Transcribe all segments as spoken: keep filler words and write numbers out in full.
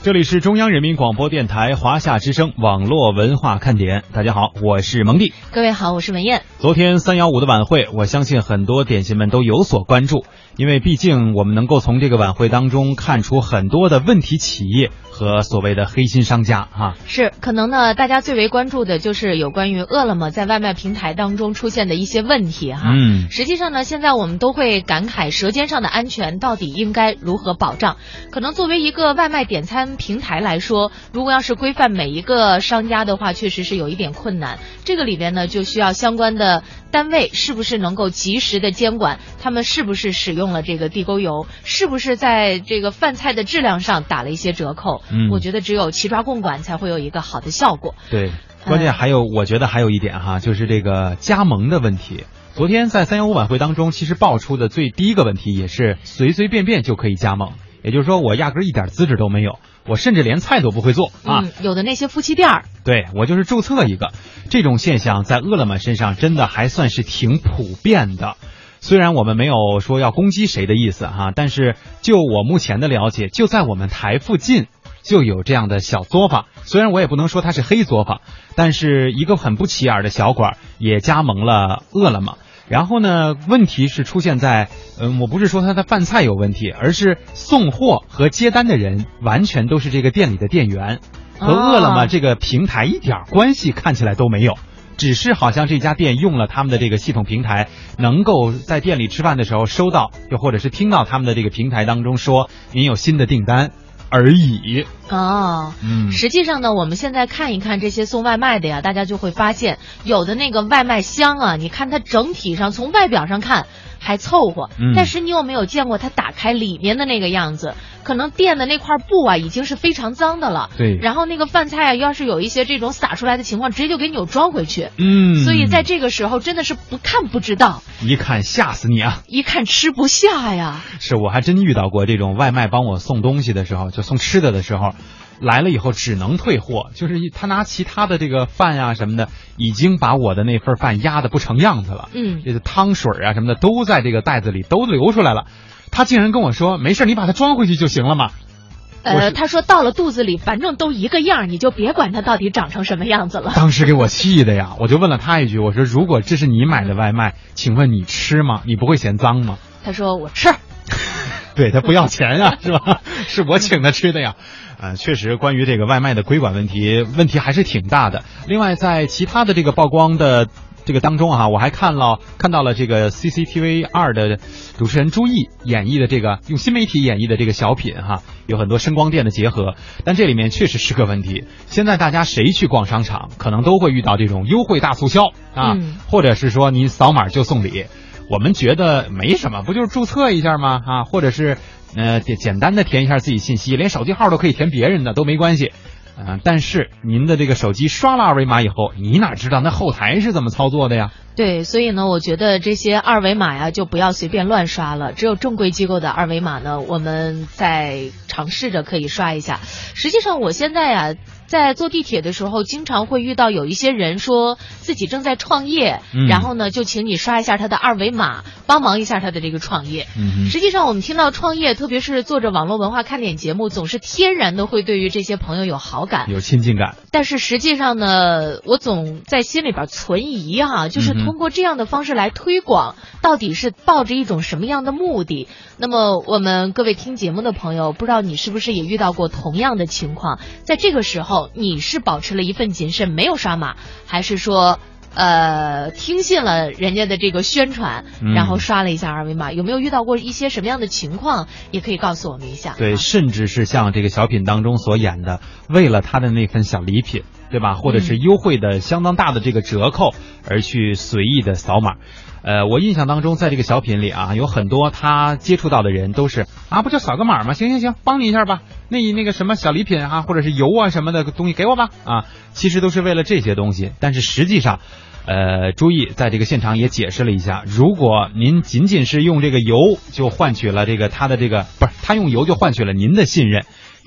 这里是中央人民广播电台华夏之声网络文化看点。大家好，我是蒙蒂。 各位好，我是文燕。 昨天三幺五的晚会，我相信很多点心们都有所关注，因为毕竟我们能够从这个晚会当中看出很多的问题企业和所谓的黑心商家哈。 是，可能呢大家最为关注的就是有关于饿了么在外卖平台当中出现的一些问题哈。 嗯， 实际上呢，现在我们都会感慨舌尖上的安全到底应该如何保障。可能作为一个外卖点餐平台来说，如果要是规范每一个商家的话，确实是有一点困难。这个里边呢，就需要相关的单位是不是能够及时的监管，他们是不是使用了这个地沟油，是不是在这个饭菜的质量上打了一些折扣。 嗯， 我觉得只有齐抓共管才会有一个好的效果。 对，关键还有、嗯、我觉得还有一点哈，就是这个加盟的问题。昨天在三幺五晚会当中，其实爆出的最第一个问题也是随随便便就可以加盟，也就是说我压根一点资质都没有，我甚至连菜都不会做啊。 嗯，有的那些夫妻店儿， 对，我就是注册一个。这种现象在饿了么身上真的还算是挺普遍的。虽然我们没有说要攻击谁的意思哈，但是就我目前的了解，就在我们台附近就有这样的小作坊。虽然我也不能说它是黑作坊，但是一个很不起眼的小馆也加盟了饿了么。然后呢，问题是出现在，嗯，我不是说他的饭菜有问题，而是送货和接单的人完全都是这个店里的店员，和饿了么这个平台一点关系看起来都没有，只是好像这家店用了他们的这个系统平台，能够在店里吃饭的时候收到，又或者是听到他们的这个平台当中说您有新的订单而已。 哦，嗯，实际上呢，我们现在看一看这些送外卖的呀，大家就会发现，有的那个外卖箱啊，你看它整体上从外表上看还凑合， 嗯， 但是你有没有见过它打开里面的那个样子？可能垫的那块布啊，已经是非常脏的了。 对。 然后那个饭菜啊，要是有一些这种洒出来的情况，直接就给你有装回去。 嗯。 所以在这个时候，真的是不看不知道， 一看吓死你啊！ 一看吃不下呀。 是，我还真遇到过这种外卖帮我送东西的时候，就送吃的的时候，来了以后只能退货，就是他拿其他的这个饭呀、啊、什么的，已经把我的那份饭压得不成样子了。 嗯， 这个汤水啊什么的都在这个袋子里都流出来了。他竟然跟我说没事，你把它装回去就行了嘛。 呃，他说到了肚子里反正都一个样，你就别管它到底长成什么样子了。 当时给我气的呀，我就问了他一句，我说如果这是你买的外卖，请问你吃吗？你不会嫌脏吗？ 他说我吃。 对，他不要钱呀，是吧？是我请他吃的呀。呃，确实，关于这个外卖的规管问题，问题还是挺大的。另外，在其他的这个曝光的这个当中啊，我还看了看到了这个 C C T V 二的主持人朱毅演绎的这个用新媒体演绎的这个小品哈，有很多声光电的结合，但这里面确实是个问题。现在大家谁去逛商场，可能都会遇到这种优惠大促销啊， 嗯、 或者是说你扫码就送礼。我们觉得没什么，不就是注册一下吗？啊，或者是呃简单的填一下自己信息，连手机号都可以填别人的，都没关系。啊、呃，但是您的这个手机刷了二维码以后，你哪知道那后台是怎么操作的呀？ 对，所以呢，我觉得这些二维码呀，就不要随便乱刷了。只有正规机构的二维码呢，我们再尝试着可以刷一下。实际上，我现在呀，在坐地铁的时候，经常会遇到有一些人说自己正在创业， 嗯、 然后呢，就请你刷一下他的二维码，帮忙一下他的这个创业。 嗯、 实际上，我们听到创业，特别是做着网络文化看点节目，总是天然的会对于这些朋友有好感， 有亲近感。 但是实际上呢，我总在心里边存疑哈、啊，就是通过这样的方式来推广，到底是抱着一种什么样的目的？那么我们各位听节目的朋友，不知道你是不是也遇到过同样的情况？在这个时候，你是保持了一份谨慎，没有刷码，还是说呃听信了人家的这个宣传，然后刷了一下二维码？嗯、有没有遇到过一些什么样的情况？也可以告诉我们一下。 对，甚至是像这个小品当中所演的，为了他的那份小礼品，对吧？或者是优惠的相当大的这个折扣，而去随意的扫码。呃，我印象当中，在这个小品里啊，有很多他接触到的人都是啊，不就扫个码吗？行行行，帮你一下吧。那那个什么小礼品啊，或者是油啊什么的东西给我吧。啊，其实都是为了这些东西。但是实际上，呃，朱毅在这个现场也解释了一下，如果您仅仅是用这个油就换取了这个他的这个不是他用油就换取了您的信任，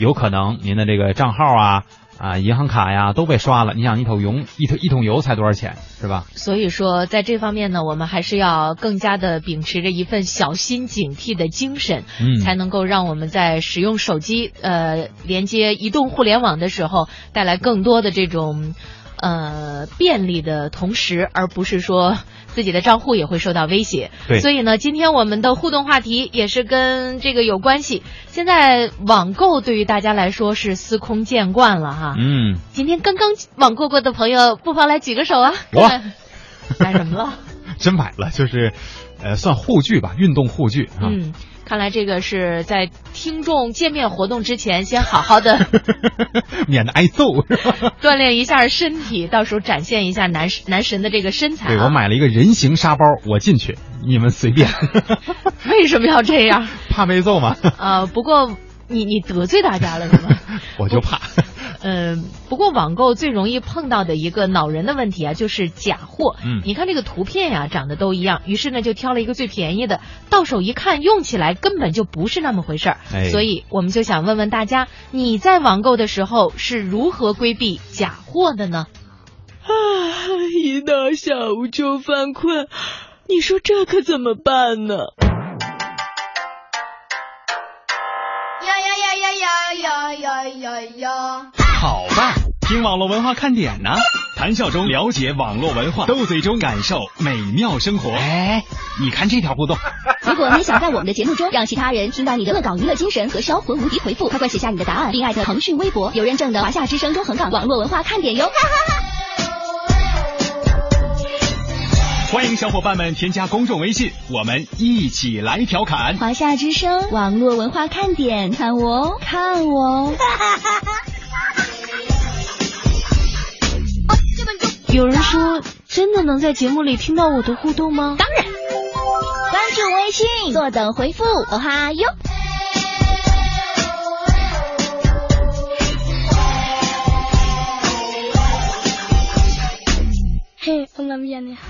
有可能您的这个账号啊。啊，银行卡呀都被刷了，你想一桶油一桶一桶油才多少钱，是吧？ 所以说，在这方面呢，我们还是要更加的秉持着一份小心警惕的精神，嗯，才能够让我们在使用手机呃连接移动互联网的时候，带来更多的这种呃便利的同时，而不是说自己的账户也会受到威胁。 对， 所以呢，今天我们的互动话题也是跟这个有关系。现在网购对于大家来说是司空见惯了哈。 嗯， 今天刚刚网购过的朋友，不妨来举个手啊。 我买什么了？ 真买了，就是呃算护具吧，运动护具啊。 嗯。看来这个是在听众见面活动之前，先好好的免得挨揍， 锻炼一下身体，到时候展现一下男男神的这个身材、啊。 对，我买了一个人形沙包，我进去，你们随便。 为什么要这样？ 怕被揍吗？ 啊、呃，不过你你得罪大家了是吗？ 我就怕。 嗯、呃，不过网购最容易碰到的一个恼人的问题啊，就是假货。 嗯， 你看这个图片呀、啊，长得都一样，于是呢就挑了一个最便宜的，到手一看，用起来根本就不是那么回事儿。 哎， 所以我们就想问问大家，你在网购的时候是如何规避假货的呢？ 啊，一到下午就犯困，你说这可怎么办呢？ 呀呀呀呀呀呀呀呀！ 好办，听网络文化看点呢，谈笑中了解网络文化，斗嘴中感受美妙生活。哎，你看这条互动。 如果你想在我们的节目中让其他人听到你的恶搞娱乐精神和销魂无敌回复，快快写下你的答案，并艾特腾讯微博有认证的华夏之声中横岗网络文化看点哟。 欢迎小伙伴们添加公众微信，我们一起来调侃华夏之声网络文化看点，看我哦，看我哦。 有人说，真的能在节目里听到我的互动吗？ 当然，关注微信，坐等回复，哦哈哟。 嘿，我那边呢？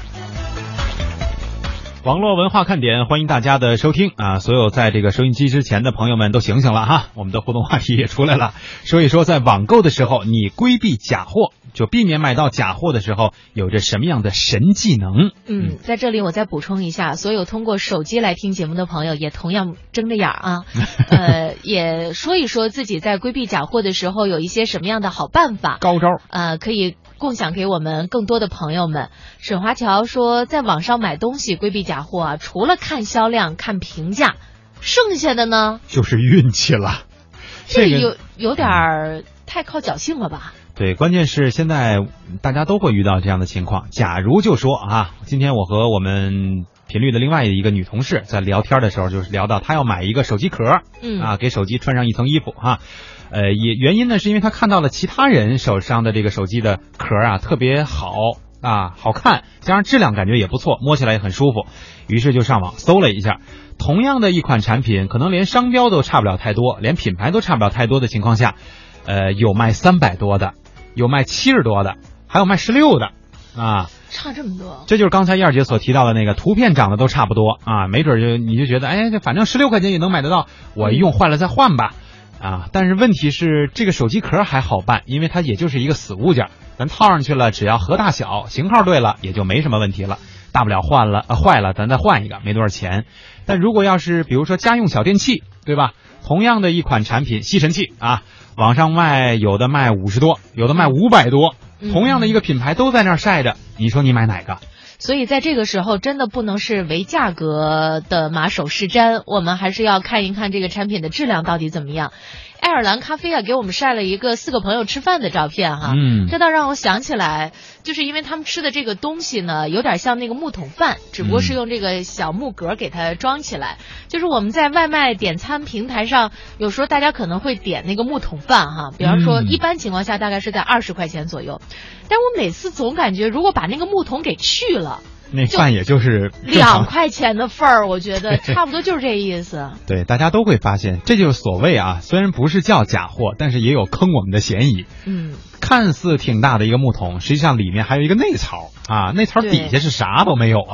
网络文化看点，欢迎大家的收听啊！所有在这个收音机之前的朋友们都醒醒了哈，我们的互动话题也出来了。所以说，在网购的时候，你规避假货，就避免买到假货的时候，有着什么样的神技能？ 嗯，在这里我再补充一下，所有通过手机来听节目的朋友，也同样睁着眼啊，呃，也说一说自己在规避假货的时候有一些什么样的好办法、 高招， 呃，可以共享给我们更多的朋友们。沈华侨说，在网上买东西规避假货啊，除了看销量、看评价，剩下的呢就是运气了。 这个有有点儿太靠侥幸了吧？ 对，关键是现在大家都会遇到这样的情况。假如就说啊，今天我和我们频率的另外一个女同事在聊天的时候，就是聊到她要买一个手机壳， 嗯啊，给手机穿上一层衣服哈。呃，也原因呢是因为她看到了其他人手上的这个手机的壳啊特别好啊，好看，加上质量感觉也不错，摸起来也很舒服，于是就上网搜了一下。同样的一款产品，可能连商标都差不了太多，连品牌都差不了太多的情况下，呃，有卖三百多的，有卖七十多的，还有卖十六的，啊， 差这么多。 这就是刚才燕儿姐所提到的那个图片长得都差不多啊，没准就你就觉得，哎，这反正十六块钱也能买得到，我用坏了再换吧，啊，但是问题是这个手机壳还好办，因为它也就是一个死物件，咱套上去了，只要核大小、型号对了，也就没什么问题了。大不了换了，呃，坏了咱再换一个，没多少钱。但如果要是比如说家用小电器，对吧？同样的一款产品，吸尘器啊，网上卖有的卖五十多，有的卖五百多，同样的一个品牌都在那儿晒着，你说你买哪个？ 所以在这个时候，真的不能是为价格的马首是瞻，我们还是要看一看这个产品的质量到底怎么样。爱尔兰咖啡啊，给我们晒了一个四个朋友吃饭的照片哈， 嗯， 这倒让我想起来，就是因为他们吃的这个东西呢，有点像那个木桶饭，只不过是用这个小木格给它装起来。嗯、就是我们在外卖点餐平台上，有时候大家可能会点那个木桶饭哈，比方说一般情况下大概是在二十块钱左右，但我每次总感觉如果把那个木桶给去了。 那饭也就是两块钱的份儿，我觉得差不多就是这意思。 对，大家都会发现，这就是所谓啊，虽然不是叫假货，但是也有坑我们的嫌疑。 嗯， 看似挺大的一个木桶，实际上里面还有一个内槽啊，内槽底下是啥都没有啊。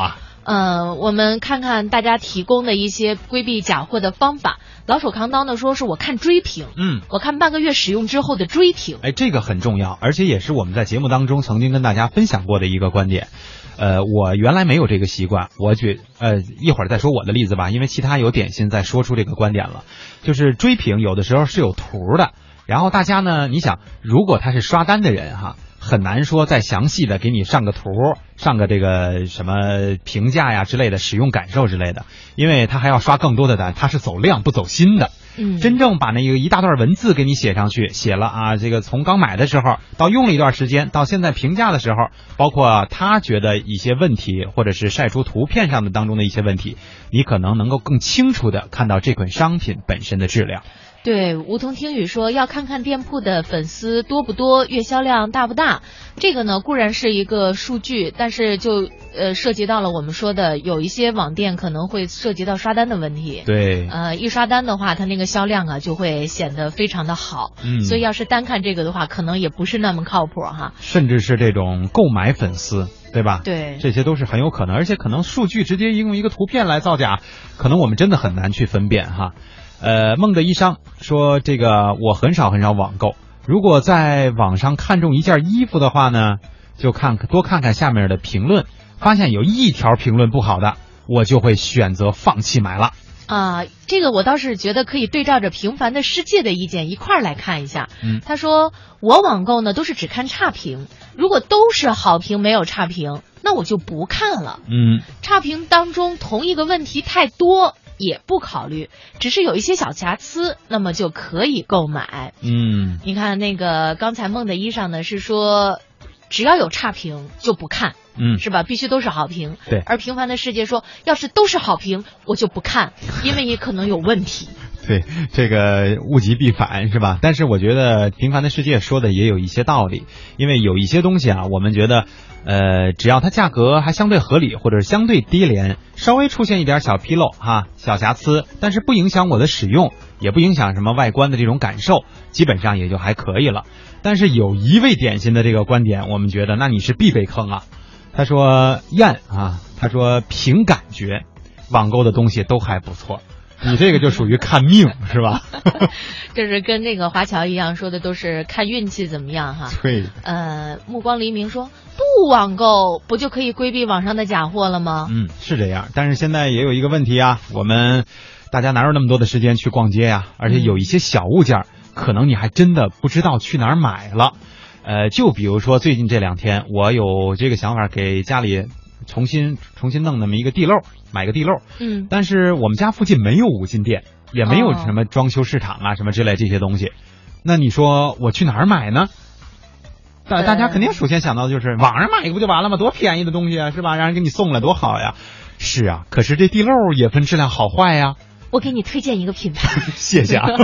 呃，我们看看大家提供的一些规避假货的方法。老手扛刀呢说是我看追评， 嗯， 我看半个月使用之后的追评， 哎，这个很重要，而且也是我们在节目当中曾经跟大家分享过的一个观点。呃，我原来没有这个习惯，我觉呃一会儿再说我的例子吧，因为其他有点心在说出这个观点了，就是追评有的时候是有图的，然后大家呢，你想，如果他是刷单的人哈，很难说再详细的给你上个图，上个这个什么评价呀之类的，使用感受之类的，因为他还要刷更多的单，他是走量不走心的。 嗯， 真正把那个一大段文字给你写上去，写了啊，这个从刚买的时候到用了一段时间，到现在评价的时候，包括他觉得一些问题，或者是晒出图片上的当中的一些问题，你可能能够更清楚的看到这款商品本身的质量。 对，梧桐听雨说要看看店铺的粉丝多不多，月销量大不大。这个呢固然是一个数据，但是就呃涉及到了我们说的有一些网店可能会涉及到刷单的问题。 对， 呃，一刷单的话，它那个销量啊就会显得非常的好。 嗯， 所以要是单看这个的话，可能也不是那么靠谱哈。 甚至是这种购买粉丝，对吧？ 对， 这些都是很有可能，而且可能数据直接用一个图片来造假，可能我们真的很难去分辨哈。呃，梦的衣裳说，这个我很少很少网购，如果在网上看中一件衣服的话呢，就看多看看下面的评论，发现有一条评论不好的，我就会选择放弃买了。 啊，这个我倒是觉得可以对照着平凡的世界的意见一块儿来看一下。 嗯， 他说我网购呢都是只看差评，如果都是好评没有差评，那我就不看了。 嗯， 差评当中同一个问题太多也不考虑，只是有一些小瑕疵，那么就可以购买。 嗯， 你看那个刚才梦的衣裳呢是说只要有差评就不看。 嗯， 是吧？必须都是好评。 对。 而平凡的世界说，要是都是好评，我就不看，因为也可能有问题。 对，这个物极必反是吧？但是我觉得平凡的世界说的也有一些道理，因为有一些东西啊，我们觉得，呃，只要它价格还相对合理，或者是相对低廉，稍微出现一点小纰漏哈、小瑕疵，但是不影响我的使用，也不影响什么外观的这种感受，基本上也就还可以了。但是有一位点心的这个观点，我们觉得那你是必被坑啊。他说燕啊，他说凭感觉，网购的东西都还不错。你这个就属于看命是吧？ 这是跟那个华侨一样说的，都是看运气怎么样哈。 对。 呃，目光黎明说不网购不就可以规避网上的假货了吗？ 嗯，是这样。但是现在也有一个问题啊，我们大家哪有那么多的时间去逛街呀？而且有一些小物件，可能你还真的不知道去哪儿买了。呃，就比如说最近这两天，我有这个想法给家里重新重新弄那么一个地漏，买个地漏。 嗯， 但是我们家附近没有五金店，也没有什么装修市场啊、哦、什么之类这些东西。那你说我去哪儿买呢？大大家肯定首先想到的就是网上买一个不就完了吗？多便宜的东西啊，是吧？让人给你送了多好呀。是啊，可是这地漏也分质量好坏呀。 我给你推荐一个品牌。 谢谢啊。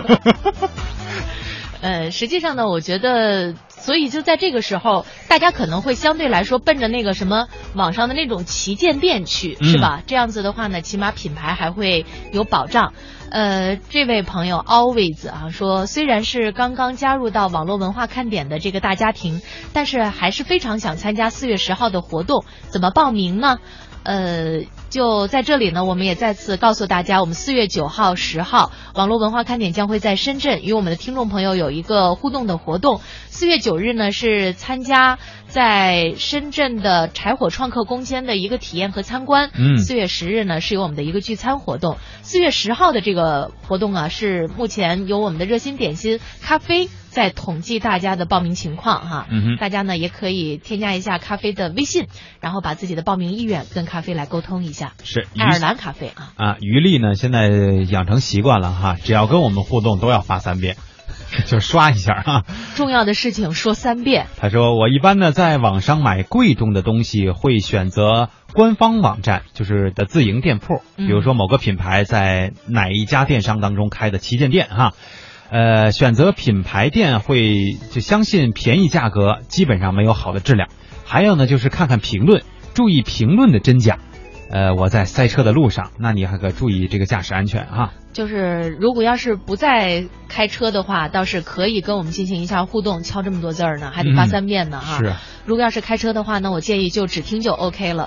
呃，实际上呢，我觉得，所以就在这个时候，大家可能会相对来说奔着那个什么网上的那种旗舰店去，是吧？嗯、这样子的话呢，起码品牌还会有保障。呃，这位朋友 always 啊说，虽然是刚刚加入到网络文化看点的这个大家庭，但是还是非常想参加四月十号的活动，怎么报名呢？呃，就在这里呢，我们也再次告诉大家，我们四月九号、十号，网络文化看点将会在深圳与我们的听众朋友有一个互动的活动。四月九日呢是参加在深圳的柴火创客攻坚的一个体验和参观。 嗯， 四月十日呢是有我们的一个聚餐活动。四月十号的这个活动啊，是目前由我们的热心点心咖啡在统计大家的报名情况哈。 嗯哼， 大家呢也可以添加一下咖啡的微信，然后把自己的报名意愿跟咖啡来沟通一下。 是爱尔兰咖啡啊。 啊，于丽呢现在养成习惯了哈，只要跟我们互动都要发三遍。就刷一下啊！ 重要的事情说三遍。 他说：“我一般呢在网上买贵重的东西，会选择官方网站，就是的自营店铺，比如说某个品牌在哪一家电商当中开的旗舰店哈。呃，选择品牌店会就相信便宜价格，基本上没有好的质量。还有呢，就是看看评论，注意评论的真假。呃，我在塞车的路上，那你还可注意这个驾驶安全啊。” 就是如果要是不再开车的话，倒是可以跟我们进行一下互动，敲这么多字儿呢，还得发三遍呢、嗯、啊。 是。 如果要是开车的话呢，我建议就只听就 OK 了。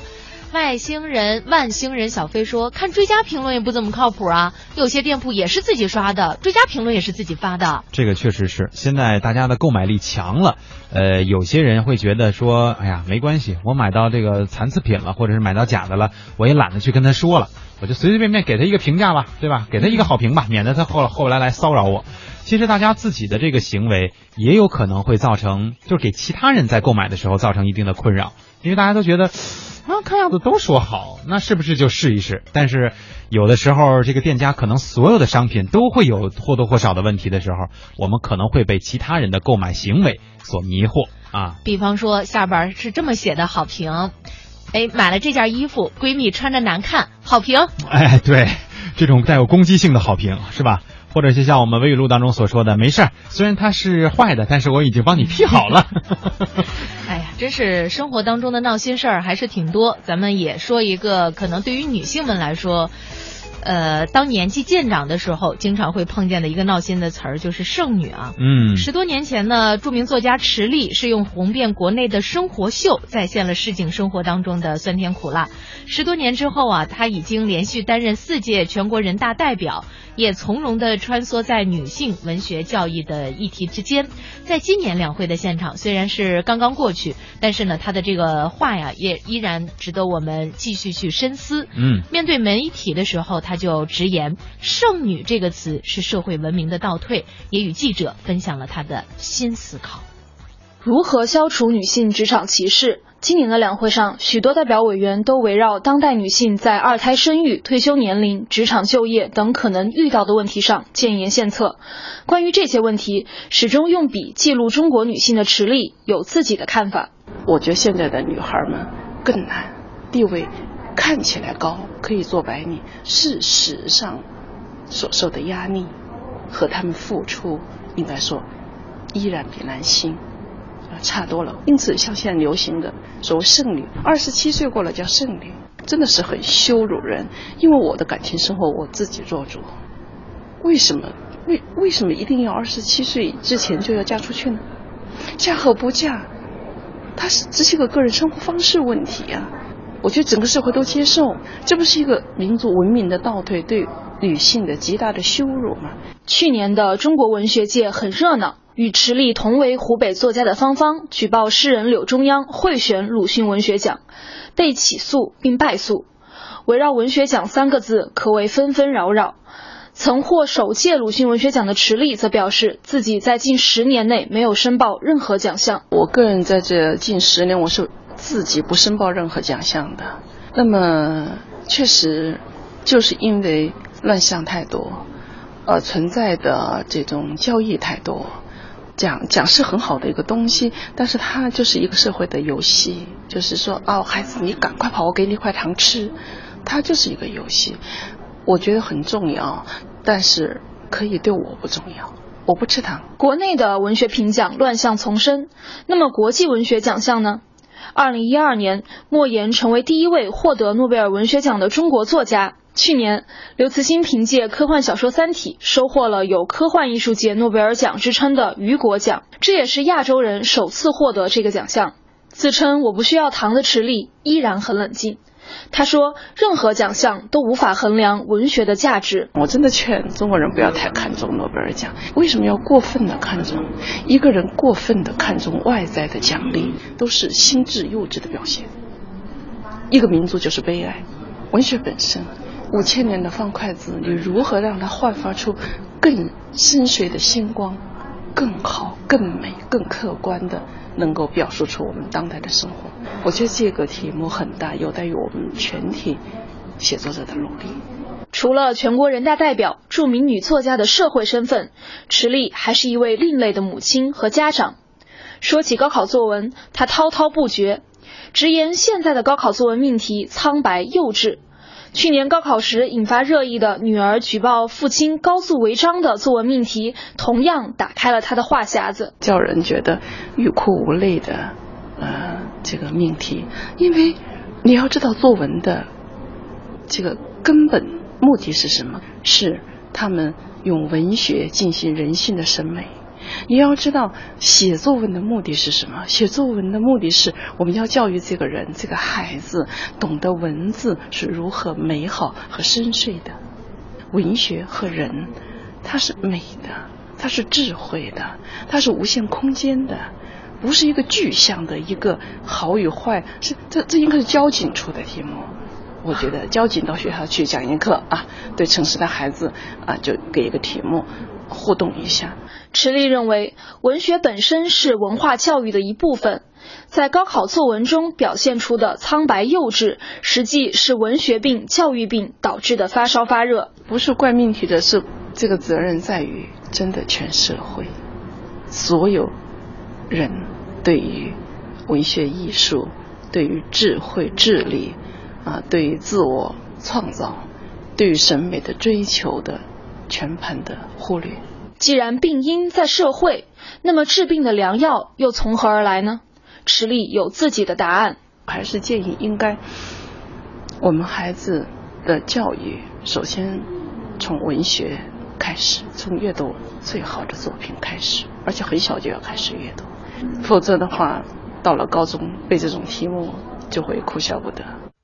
外星人万星人小飞说，看追加评论也不怎么靠谱啊，有些店铺也是自己刷的，追加评论也是自己发的。 这个确实是，现在大家的购买力强了，呃，有些人会觉得说，哎呀，没关系，我买到这个残次品了，或者是买到假的了，我也懒得去跟他说了，我就随随便便给他一个评价吧，对吧？给他一个好评吧，免得他后后来来骚扰我。其实大家自己的这个行为也有可能会造成，就是给其他人在购买的时候造成一定的困扰，因为大家都觉得啊，看样子都说好，那是不是就试一试？但是有的时候这个店家可能所有的商品都会有或多或少的问题的时候，我们可能会被其他人的购买行为所迷惑啊。 比方说下边是这么写的好评，哎，买了这件衣服，闺蜜穿着难看，好评。 哎，对，这种带有攻击性的好评是吧？或者是像我们微语录当中所说的，没事儿，虽然它是坏的，但是我已经帮你 P 好了。 哎呀，真是生活当中的闹心事儿还是挺多。咱们也说一个，可能对于女性们来说，呃，当年纪渐长的时候，经常会碰见的一个闹心的词儿，就是剩女啊。 嗯， 十多年前呢，著名作家池莉是用红遍国内的生活秀，再现了市井生活当中的酸甜苦辣。十多年之后啊，她已经连续担任四届全国人大代表，也从容地穿梭在女性文学教育的议题之间。在今年两会的现场，虽然是刚刚过去，但是呢，她的这个话呀，也依然值得我们继续去深思。 嗯， 面对媒体的时候，她就直言“剩女”这个词是社会文明的倒退，也与记者分享了她的新思考。 如何消除女性职场歧视？今年的两会上，许多代表委员都围绕当代女性在二胎生育、退休年龄、职场就业等可能遇到的问题上建言献策。关于这些问题，始终用笔记录中国女性的池莉有自己的看法。 我觉得现在的女孩们更难，地位看起来高，可以做白领，事实上所受的压力和她们付出，应该说依然比男性差多了。因此像现在流行的所谓剩女，二十七岁过了叫剩女，真的是很羞辱人。因为我的感情生活我自己做主，为什么为为什么一定要二十七岁之前就要嫁出去呢？嫁和不嫁，它是这是一个个人生活方式问题啊。我觉得整个社会都接受，这不是一个民族文明的倒退，对女性的极大的羞辱吗？ 去年的中国文学界很热闹，与池莉同为湖北作家的芳芳举报诗人柳中央贿选鲁迅文学奖，被起诉并败诉。围绕文学奖三个字可谓纷纷扰扰。曾获首届鲁迅文学奖的池莉则表示，自己在近十年内没有申报任何奖项。 我个人在这近十年，我是自己不申报任何奖项的。那么确实就是因为乱象太多，呃，存在的这种交易太多。讲讲是很好的一个东西，但是它就是一个社会的游戏，就是说哦，孩子你赶快跑，我给你一块糖吃，它就是一个游戏。我觉得很重要，但是可以对我不重要，我不吃糖。 国内的文学评奖乱象丛生，那么国际文学奖项呢？二零一二年，莫言成为第一位获得诺贝尔文学奖的中国作家。去年，刘慈欣凭借科幻小说《三体》收获了有科幻艺术界诺贝尔奖之称的雨果奖，这也是亚洲人首次获得这个奖项。自称我不需要糖的池莉依然很冷静。他说，任何奖项都无法衡量文学的价值。 我真的劝中国人不要太看重诺贝尔奖。为什么要过分的看重？一个人过分的看重外在的奖励，都是心智幼稚的表现。一个民族就是悲哀。文学本身，五千年的方块字，你如何让它焕发出更深邃的星光，更好、更美、更客观的能够表述出我们当代的生活？我觉得这个题目很大，有待于我们全体写作者的努力。 除了全国人大代表、著名女作家的社会身份，池莉还是一位另类的母亲和家长。说起高考作文，她滔滔不绝，直言现在的高考作文命题苍白幼稚。去年高考时引发热议的女儿举报父亲高诉违章的作文命题，同样打开了她的话匣子， 叫人觉得欲哭无泪的呃这个命题。因为你要知道作文的这个根本目的是什么？是他们用文学进行人性的审美。 你要知道写作文的目的是什么？写作文的目的是我们要教育这个人，这个孩子懂得文字是如何美好和深邃的。文学和人，它是美的，它是智慧的，它是无限空间的，不是一个具象的一个好与坏，是这这应该是交警出的题目。我觉得交警到学校去讲一课啊，对城市的孩子啊，就给一个题目互动一下。 池莉认为，文学本身是文化教育的一部分，在高考作文中表现出的苍白幼稚，实际是文学病、教育病导致的发烧发热。 不是怪命题的，是这个责任在于真的全社会所有人对于文学艺术、对于智慧智力啊，对于自我创造、对于审美的追求的全盘的忽略。 既然病因在社会，那么治病的良药又从何而来呢？池莉有自己的答案。 还是建议应该我们孩子的教育首先从文学开始，从阅读最好的作品开始，而且很小就要开始阅读，否则的话到了高中背这种题目就会哭笑不得。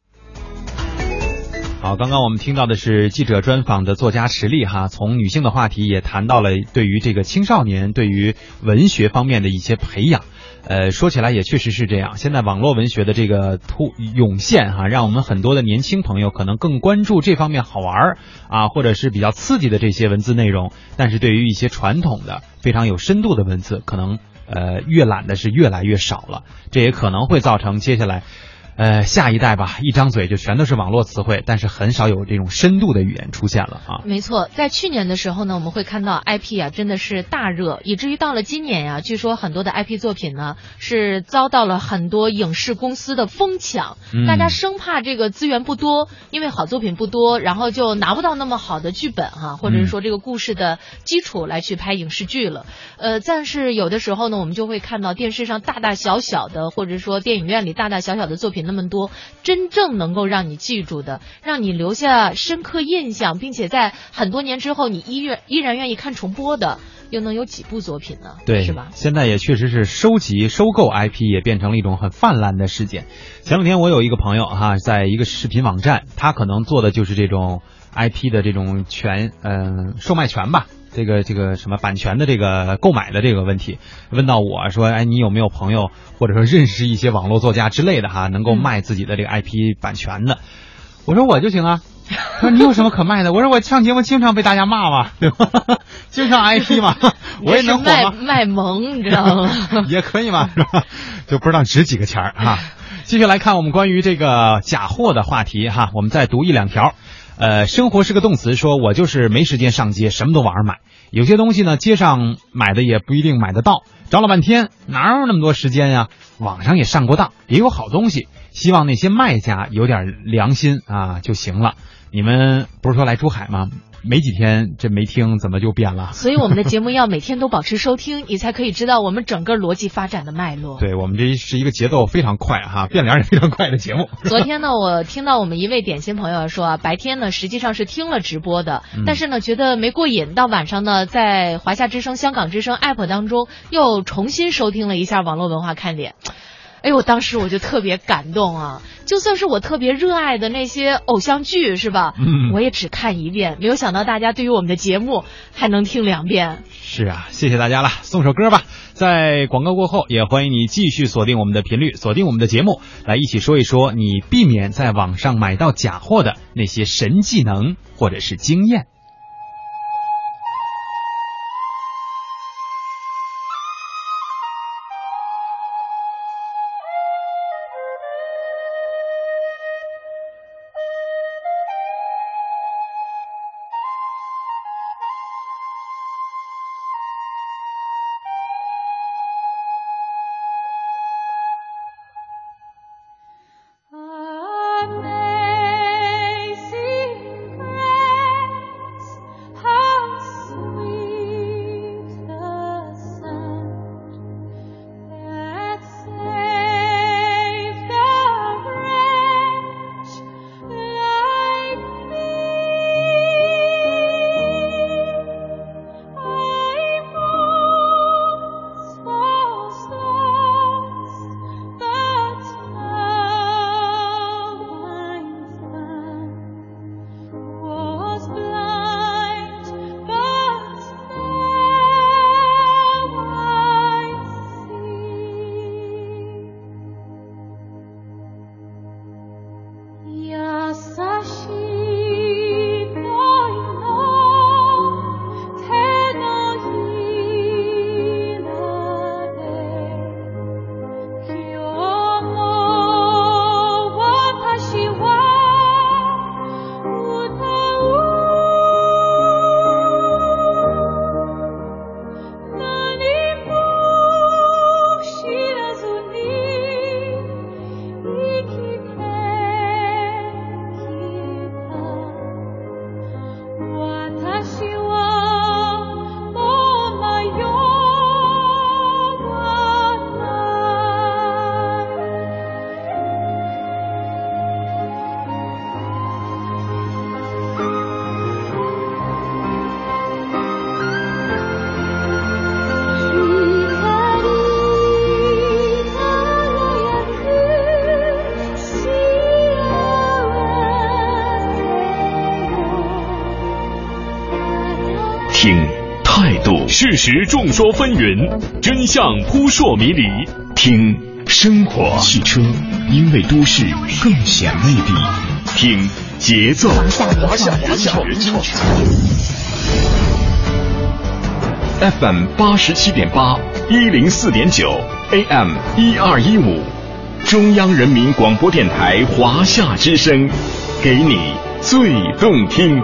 好，刚刚我们听到的是记者专访的作家池莉哈，从女性的话题也谈到了对于这个青少年对于文学方面的一些培养。呃，说起来也确实是这样，现在网络文学的这个突涌现哈，让我们很多的年轻朋友可能更关注这方面好玩啊，或者是比较刺激的这些文字内容，但是对于一些传统的非常有深度的文字，可能呃阅览的是越来越少了，这也可能会造成接下来呃，下一代吧，一张嘴就全都是网络词汇，但是很少有这种深度的语言出现了啊。 没错，在去年的时候呢，我们会看到 I P 啊真的是大热，以至于到了今年呀、啊，据说很多的 I P 作品呢是遭到了很多影视公司的疯抢， 嗯、 大家生怕这个资源不多，因为好作品不多，然后就拿不到那么好的剧本哈、啊，或者是说这个故事的基础来去拍影视剧了。呃，但是有的时候呢，我们就会看到电视上大大小小的，或者说电影院里大大小小的作品那么多，真正能够让你记住的，让你留下深刻印象，并且在很多年之后你依然依然愿意看重播的，又能有几部作品呢？ 对， 是吧？ 现在也确实是收集收购 I P 也变成了一种很泛滥的事件。前两天我有一个朋友哈，在一个视频网站，他可能做的就是这种 I P 的这种权嗯、呃、售卖权吧。这个这个什么版权的这个购买的这个问题，问到我说，哎，你有没有朋友或者说认识一些网络作家之类的哈，能够卖自己的这个 I P 版权的？我说我就行啊。说你有什么可卖的？我说我上节目经常被大家骂嘛，对吧？经常 I P 嘛，我也能火吗？ 卖卖萌，你知道吗？ 也可以嘛，是吧？就不知道值几个钱儿哈。继续来看我们关于这个假货的话题哈，我们再读一两条。呃，生活是个动词，说我就是没时间上街，什么都网上买。有些东西呢，街上买的也不一定买得到，找了半天哪有那么多时间呀？网上也上过当，也有好东西。希望那些卖家有点良心啊就行了。你们不是说来珠海吗？没几天这没听怎么就变了？ 所以我们的节目要每天都保持收听，你才可以知道我们整个逻辑发展的脉络。 对，我们这是一个节奏非常快哈，变脸也非常快的节目。 昨天呢，我听到我们一位点心朋友说啊，白天呢实际上是听了直播的，嗯、但是呢觉得没过瘾，到晚上呢在华夏之声、香港之声 app 当中又重新收听了一下网络文化看点。哎呦，当时我就特别感动啊！就算是我特别热爱的那些偶像剧，是吧？嗯，我也只看一遍，没有想到大家对于我们的节目还能听两遍。 是啊，谢谢大家了，送首歌吧。在广告过后，也欢迎你继续锁定我们的频率，锁定我们的节目，来一起说一说你避免在网上买到假货的那些神技能或者是经验。 事实众说纷纭，真相扑朔迷离。听生活汽车，因为都市更显魅力。听节奏，华夏华夏原创 F M 八十七点八，一零四点九 A M 一二一五，中央人民广播电台华夏之声，给你最动听。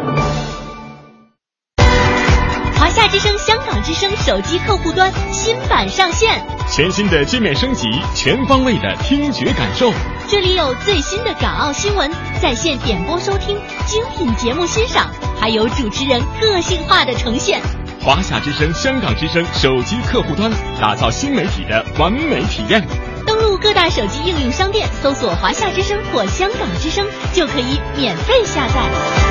华夏之声、香港之声手机客户端新版上线， 全新的界面升级，全方位的听觉感受。 这里有最新的港澳新闻，在线点播收听，精品节目欣赏，还有主持人个性化的呈现。 华夏之声、香港之声手机客户端，打造新媒体的完美体验。 登录各大手机应用商店，搜索华夏之声或香港之声，就可以免费下载。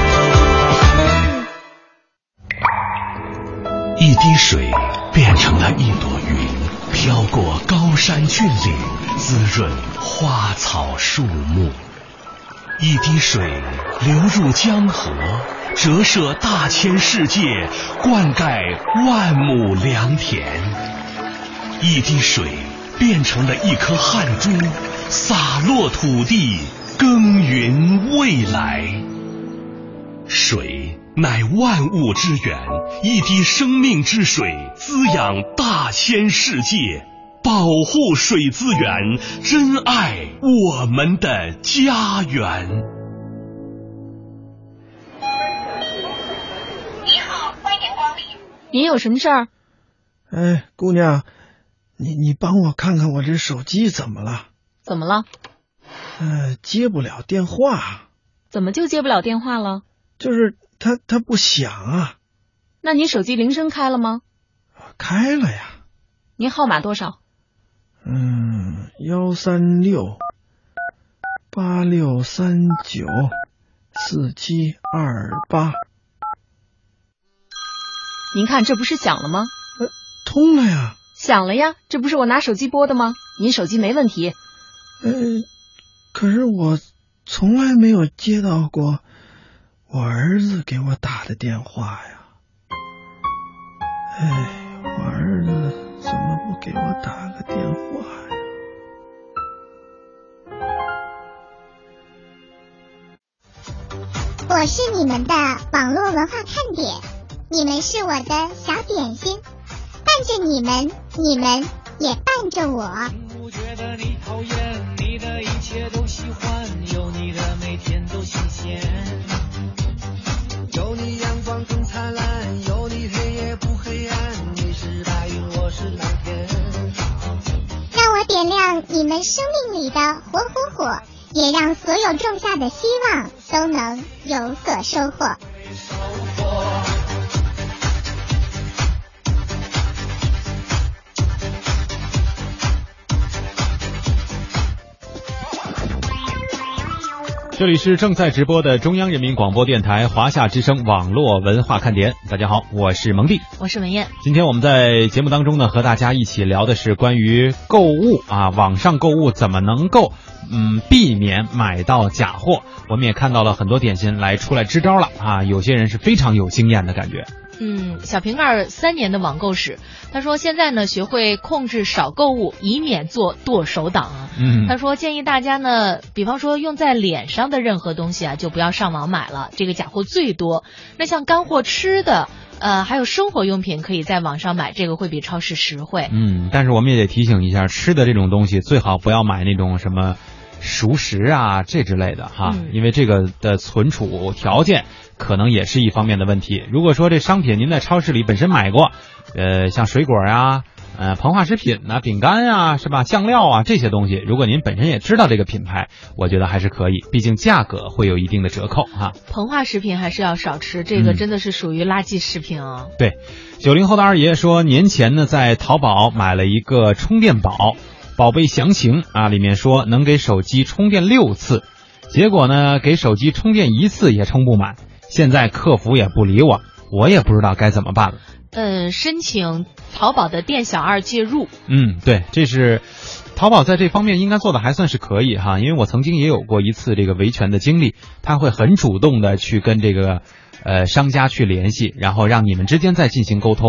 一滴水变成了一朵云，飘过高山峻岭，滋润花草树木。一滴水流入江河，折射大千世界，灌溉万亩良田。一滴水变成了一颗汗珠，洒落土地，耕耘未来。水乃万物之源，一滴生命之水滋养大千世界，保护水资源，珍爱我们的家园。 你好，欢迎光临。 您有什么事儿？ 哎，姑娘，你你帮我看看我这手机怎么了？ 怎么了？ 呃，接不了电话。 怎么就接不了电话了？ 就是它它不响啊。 那你手机铃声开了吗？ 开了呀。 您号码多少？ 嗯，幺三六八六三九四七二八。 您看这不是响了吗？ 呃，通了呀。 响了呀，这不是我拿手机拨的吗？您手机没问题。 呃，可是我从来没有接到过我儿子给我打的电话呀。哎，我儿子怎么不给我打个电话呀？我是你们的网络文化看点，你们是我的小点心，伴着你们，你们也伴着我。 不觉得你讨厌，你的一切都喜欢，有你的每天都新鲜，有你阳光更灿烂，有你黑夜不黑暗，你是白云，我是蓝天。 让我点亮你们生命里的火火火，也让所有种下的希望都能有所收获。 这里是正在直播的中央人民广播电台华夏之声网络文化看点。大家好，我是蒙蒂， 我是文燕。 今天我们在节目当中呢，和大家一起聊的是关于购物啊，网上购物怎么能够嗯避免买到假货。我们也看到了很多点心来出来支招了啊，有些人是非常有经验的感觉。 嗯，小瓶盖三年的网购史，他说现在呢学会控制少购物，以免做剁手党啊。 嗯， 他说建议大家呢，比方说用在脸上的任何东西啊，就不要上网买了，这个假货最多。那像干货、吃的，呃，还有生活用品，可以在网上买，这个会比超市实惠。 嗯，但是我们也得提醒一下，吃的这种东西最好不要买那种什么熟食啊这之类的哈、嗯，因为这个的存储条件可能也是一方面的问题。如果说这商品您在超市里本身买过，呃，像水果啊、呃，膨化食品啊、饼干啊，是吧？酱料啊这些东西，如果您本身也知道这个品牌，我觉得还是可以，毕竟价格会有一定的折扣哈。 膨化食品还是要少吃，这个真的是属于垃圾食品啊。 嗯、对，九零后的二爷说，年前呢在淘宝买了一个充电宝。宝贝详情啊，里面说能给手机充电六次，结果呢给手机充电一次也充不满，现在客服也不理我，我也不知道该怎么办了。 嗯，申请淘宝的店小二介入。 嗯，对，这是淘宝在这方面应该做的还算是可以哈，因为我曾经也有过一次这个维权的经历，他会很主动的去跟这个呃商家去联系，然后让你们之间再进行沟通。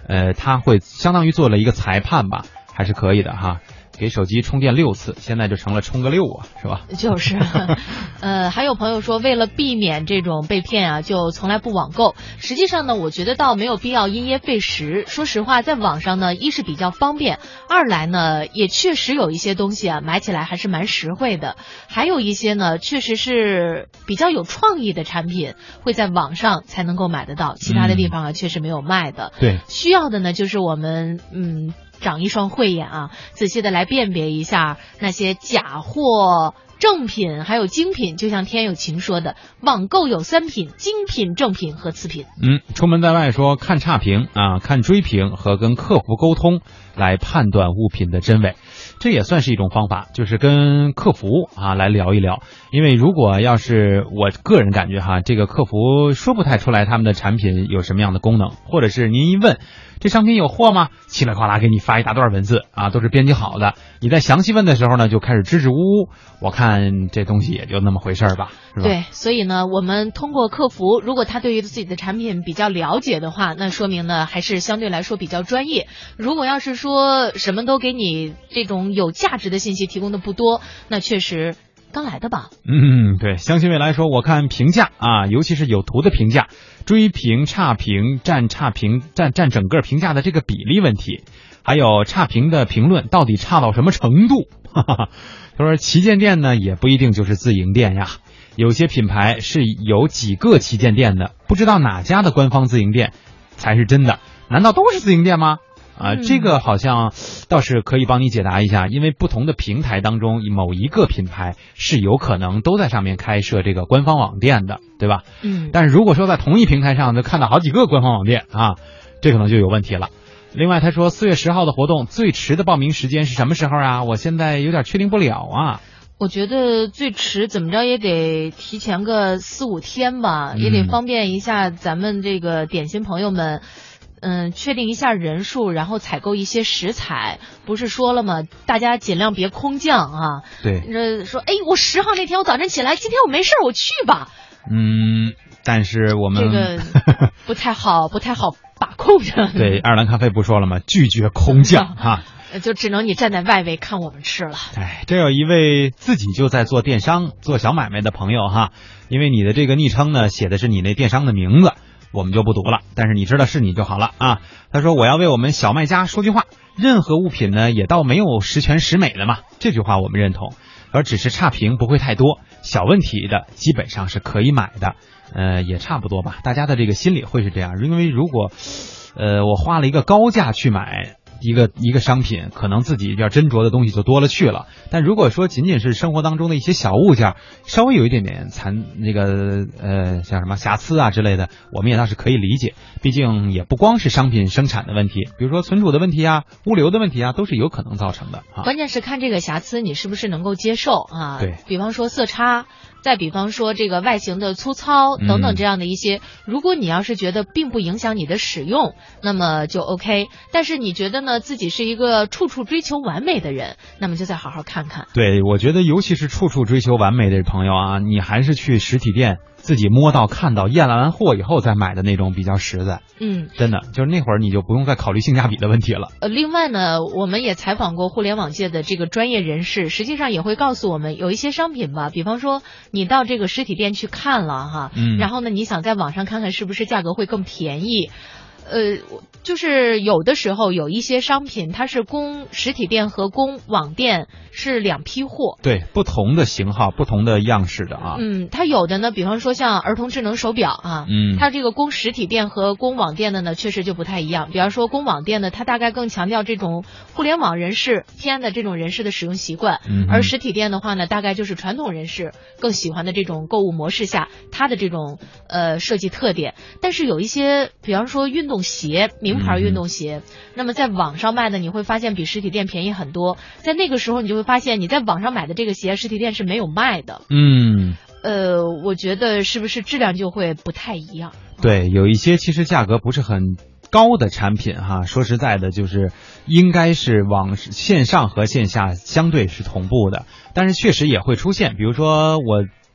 呃，它会相当于做了一个裁判吧，还是可以的哈。给手机充电六次，现在就成了充个六啊，是吧？ 就是，呃，还有朋友说，为了避免这种被骗啊，就从来不网购。实际上呢，我觉得倒没有必要因噎废食。说实话，在网上呢，一是比较方便，二来呢，也确实有一些东西啊，买起来还是蛮实惠的。还有一些呢，确实是比较有创意的产品，会在网上才能够买得到，其他的地方啊，嗯、确实没有卖的。 对， 需要的呢，就是我们嗯。长一双慧眼啊，仔细的来辨别一下那些假货、正品还有精品。就像天有情说的，网购有三品：精品、正品和次品。 嗯，出门在外说看差评啊，看追评和跟客服沟通来判断物品的真伪，这也算是一种方法，就是跟客服啊来聊一聊。因为如果要是我个人感觉哈，这个客服说不太出来他们的产品有什么样的功能，或者是您一问这商品有货吗？嘁哩呱啦给你发一大段文字啊，都是编辑好的。你在详细问的时候呢，就开始支支吾吾。我看这东西也就那么回事儿吧，是吧？ 对，所以呢，我们通过客服，如果他对于自己的产品比较了解的话，那说明呢还是相对来说比较专业。如果要是说什么都给你这种有价值的信息提供的不多，那确实刚来的吧。 嗯，对，相信未来说，我看评价啊，尤其是有图的评价，追评、差评占差评占占整个评价的这个比例问题，还有差评的评论到底差到什么程度？哈哈，他说旗舰店呢也不一定就是自营店呀，有些品牌是有几个旗舰店的，不知道哪家的官方自营店才是真的，难道都是自营店吗？啊，这个好像倒是可以帮你解答一下，因为不同的平台当中，某一个品牌是有可能都在上面开设这个官方网店的，对吧？ 嗯。 但是如果说在同一平台上就看到好几个官方网店啊，这可能就有问题了。另外他说四月十号的活动最迟的报名时间是什么时候啊？我现在有点确定不了啊。 我觉得最迟怎么着也得提前个四五天吧，也得方便一下咱们这个点心朋友们。嗯，确定一下人数，然后采购一些食材，不是说了吗？大家尽量别空降啊。 对。 呃，说，哎，我十号那天我早晨起来，今天我没事我去吧。 嗯，但是我们这个不太好，不太好把控着。 对，爱尔兰咖啡不说了吗？拒绝空降哈。 就只能你站在外围看我们吃了。 哎，这有一位自己就在做电商、做小买卖的朋友哈，因为你的这个昵称呢写的是你那电商的名字。我们就不读了，但是你知道是你就好了啊。他说我要为我们小卖家说句话，任何物品呢也倒没有十全十美的嘛，这句话我们认同，而只是差评不会太多，小问题的基本上是可以买的，呃也差不多吧，大家的这个心理会是这样，因为如果呃我花了一个高价去买一个一个商品，可能自己要斟酌的东西就多了去了。但如果说仅仅是生活当中的一些小物件，稍微有一点点残那个呃像什么瑕疵啊之类的，我们也倒是可以理解。毕竟也不光是商品生产的问题，比如说存储的问题啊、物流的问题啊，都是有可能造成的啊。 关键是看这个瑕疵你是不是能够接受啊？ 对， 比方说色差。再比方说这个外形的粗糙等等这样的一些、嗯、如果你要是觉得并不影响你的使用，那么就 OK， 但是你觉得呢自己是一个处处追求完美的人，那么就再好好看看。 对，我觉得尤其是处处追求完美的朋友啊，你还是去实体店自己摸到看到验完货以后再买的那种比较实在。 嗯， 真的就是那会儿你就不用再考虑性价比的问题了。 呃，另外呢，我们也采访过互联网界的这个专业人士，实际上也会告诉我们，有一些商品吧，比方说你到这个实体店去看了哈， 嗯， 然后呢，你想在网上看看是不是价格会更便宜。呃，就是有的时候有一些商品，它是供实体店和供网店是两批货， 对，不同的型号、不同的样式的啊。 嗯，它有的呢，比方说像儿童智能手表啊， 嗯， 它这个供实体店和供网店的呢，确实就不太一样。比方说供网店的，它大概更强调这种互联网人士偏的这种人士的使用习惯， 嗯， 而实体店的话呢，大概就是传统人士更喜欢的这种购物模式下，它的这种呃设计特点。但是有一些，比方说运动鞋，名牌运动鞋，嗯，那么在网上卖的你会发现比实体店便宜很多，在那个时候你就会发现你在网上买的这个鞋实体店是没有卖的。 嗯， 呃，我觉得是不是质量就会不太一样？ 对，有一些其实价格不是很高的产品哈，说实在的，就是应该是往线上和线下相对是同步的，但是确实也会出现，比如说我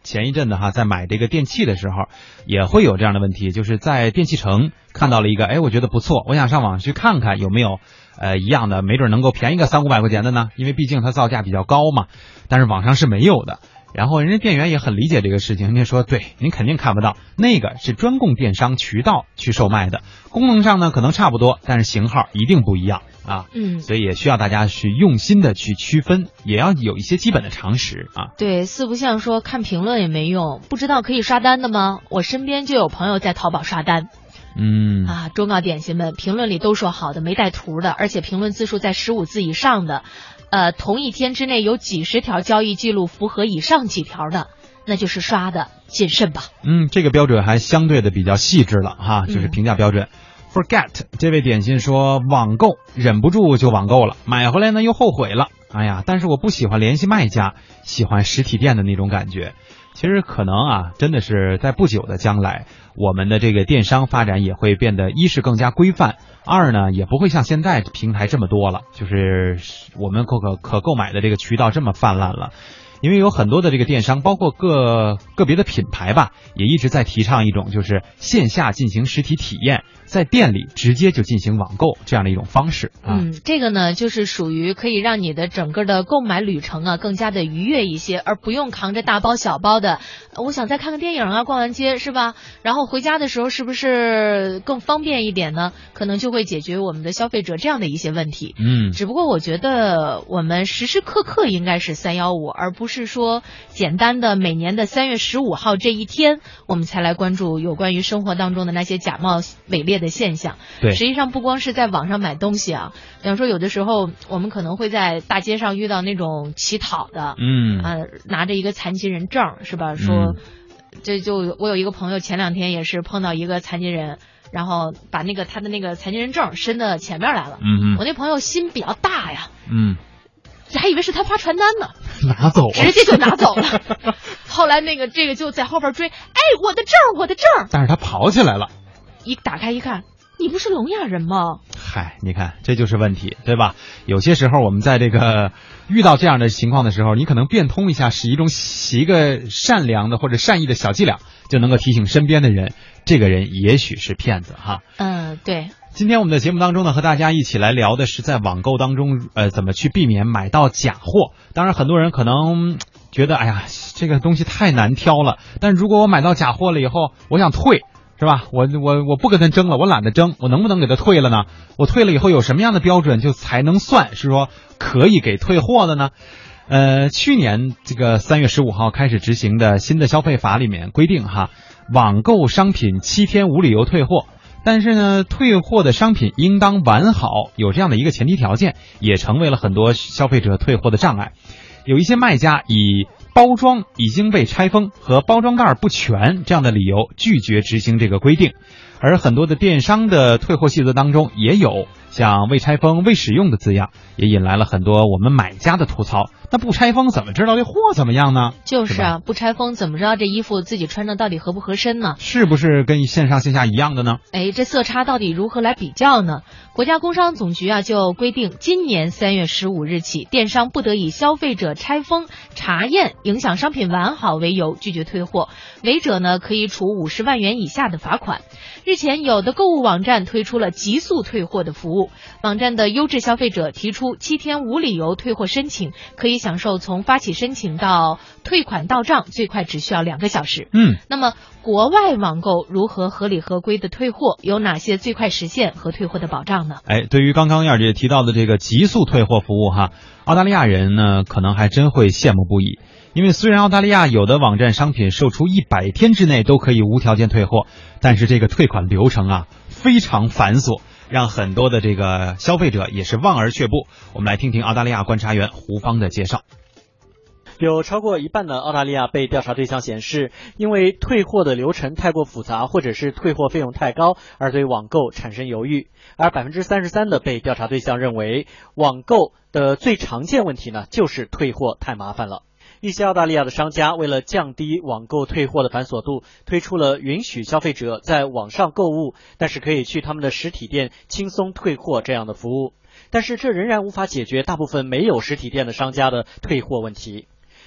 前一阵子哈，在买这个电器的时候，也会有这样的问题，就是在电器城看到了一个，哎，我觉得不错，我想上网去看看有没有呃一样的，没准能够便宜个三五百块钱的呢，因为毕竟它造价比较高嘛。但是网上是没有的。然后人家店员也很理解这个事情，人家说对，您肯定看不到，那个是专供电商渠道去售卖的，功能上呢可能差不多，但是型号一定不一样啊。 嗯， 所以也需要大家去用心的去区分，也要有一些基本的常识啊。 对，四不像说看评论也没用，不知道可以刷单的吗？我身边就有朋友在淘宝刷单。 嗯啊，忠告点心们，评论里都说好的，没带图的，而且评论字数在十五字以上的，呃，同一天之内有几十条交易记录符合以上几条的，那就是刷的，谨慎吧。 嗯，这个标准还相对的比较细致了哈，就是评价标准。嗯、Forget 这位点心说，网购忍不住就网购了，买回来呢又后悔了。哎呀，但是我不喜欢联系卖家，喜欢实体店的那种感觉。其实可能啊，真的是在不久的将来，我们的这个电商发展也会变得，一是更加规范，二呢也不会像现在平台这么多了，就是我们可可可购买的这个渠道这么泛滥了。因为有很多的这个电商，包括个个别的品牌吧，也一直在提倡一种就是线下进行实体体验，在店里直接就进行网购这样的一种方式啊。 嗯，这个呢就是属于可以让你的整个的购买旅程啊更加的愉悦一些，而不用扛着大包小包的。我想再看个电影啊，逛完街是吧？然后回家的时候是不是更方便一点呢？可能就会解决我们的消费者这样的一些问题。 嗯， 只不过我觉得我们时时刻刻应该是三幺五，而不是。是说简单的每年的三月十五号这一天，我们才来关注有关于生活当中的那些假冒伪劣的现象。 对， 实际上不光是在网上买东西啊，比方说有的时候我们可能会在大街上遇到那种乞讨的， 嗯， 啊，拿着一个残疾人证是吧？说，嗯、这就我有一个朋友前两天也是碰到一个残疾人。然后把那个他的那个残疾人证伸到前面来了。 嗯嗯， 我那朋友心比较大呀。 嗯。 还以为是他发传单呢， 拿走了， 直接就拿走了。后来那个这个就在后边追，哎，我的证儿，我的证儿。 但是他跑起来了， 一打开一看，你不是聋哑人吗？ 嗨，你看这就是问题，对吧？有些时候我们在这个遇到这样的情况的时候，你可能变通一下，使一种使一个善良的或者善意的小伎俩，就能够提醒身边的人，这个人也许是骗子哈。 嗯，对。 今天我们的节目当中呢，和大家一起来聊的是在网购当中，呃，怎么去避免买到假货。当然，很多人可能觉得，哎呀，这个东西太难挑了。但如果我买到假货了以后，我想退，是吧？我我我不跟他争了，我懒得争，我能不能给他退了呢？我退了以后有什么样的标准就才能算是说可以给退货的呢？呃，去年这个三月十五号开始执行的新的消费法里面规定哈，网购商品七天无理由退货。但是呢，退货的商品应当完好，有这样的一个前提条件，也成为了很多消费者退货的障碍。有一些卖家以包装已经被拆封和包装盖不全这样的理由拒绝执行这个规定，而很多的电商的退货细则当中也有像未拆封、未使用的字样，也引来了很多我们买家的吐槽。那不拆封怎么知道这货怎么样呢？ 就是啊，不拆封怎么知道这衣服自己穿着到底合不合身呢？ 是不是跟线上线下一样的呢？ 哎，这色差到底如何来比较呢？国家工商总局啊就规定，今年三月十五日起，电商不得以消费者拆封、查验影响商品完好为由拒绝退货，违者呢可以处五十万元以下的罚款。日前，有的购物网站推出了极速退货的服务，网站的优质消费者提出七天无理由退货申请，可以享受从发起申请到退款到账最快只需要两个小时。 嗯， 那么国外网购如何合理合规的退货，有哪些最快实现和退货的保障呢？ 哎，对于刚刚燕儿姐提到的这个极速退货服务哈，澳大利亚人呢可能还真会羡慕不已。因为虽然澳大利亚有的网站商品售出一百天之内都可以无条件退货，但是这个退款流程啊非常繁琐，让很多的这个消费者也是望而却步。我们来听听澳大利亚观察员胡芳的介绍。 有超过一半的澳大利亚被调查对象显示，因为退货的流程太过复杂，或者是退货费用太高，而对网购产生犹豫。而 百分之三十三 的被调查对象认为，网购的最常见问题呢，就是退货太麻烦了。一些澳大利亚的商家为了降低网购退货的繁琐度，推出了允许消费者在网上购物，但是可以去他们的实体店轻松退货这样的服务。但是这仍然无法解决大部分没有实体店的商家的退货问题。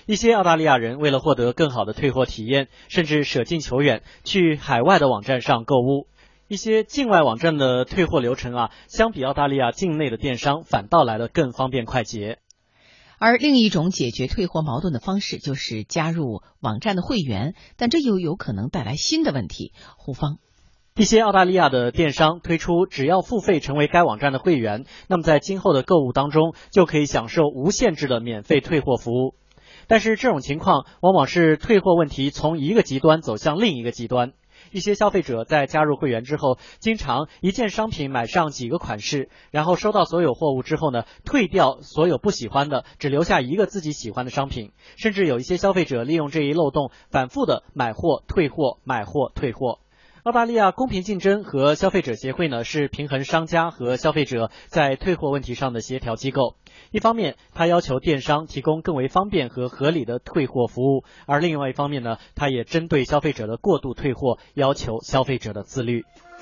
一些澳大利亚人为了获得更好的退货体验，甚至舍近求远，去海外的网站上购物。一些境外网站的退货流程啊，相比澳大利亚境内的电商反倒来得更方便快捷。 而另一种解决退货矛盾的方式就是加入网站的会员，但这又有可能带来新的问题。胡芳， 一些澳大利亚的电商推出只要付费成为该网站的会员，那么在今后的购物当中就可以享受无限制的免费退货服务。但是这种情况往往是退货问题从一个极端走向另一个极端。一些消费者在加入会员之后，经常一件商品买上几个款式，然后收到所有货物之后呢，退掉所有不喜欢的，只留下一个自己喜欢的商品。甚至有一些消费者利用这一漏洞，反复的买货退货，买货退货。澳大利亚公平竞争和消费者协会呢，是平衡商家和消费者在退货问题上的协调机构。一方面，它要求电商提供更为方便和合理的退货服务，而另外一方面呢，它也针对消费者的过度退货，要求消费者的自律。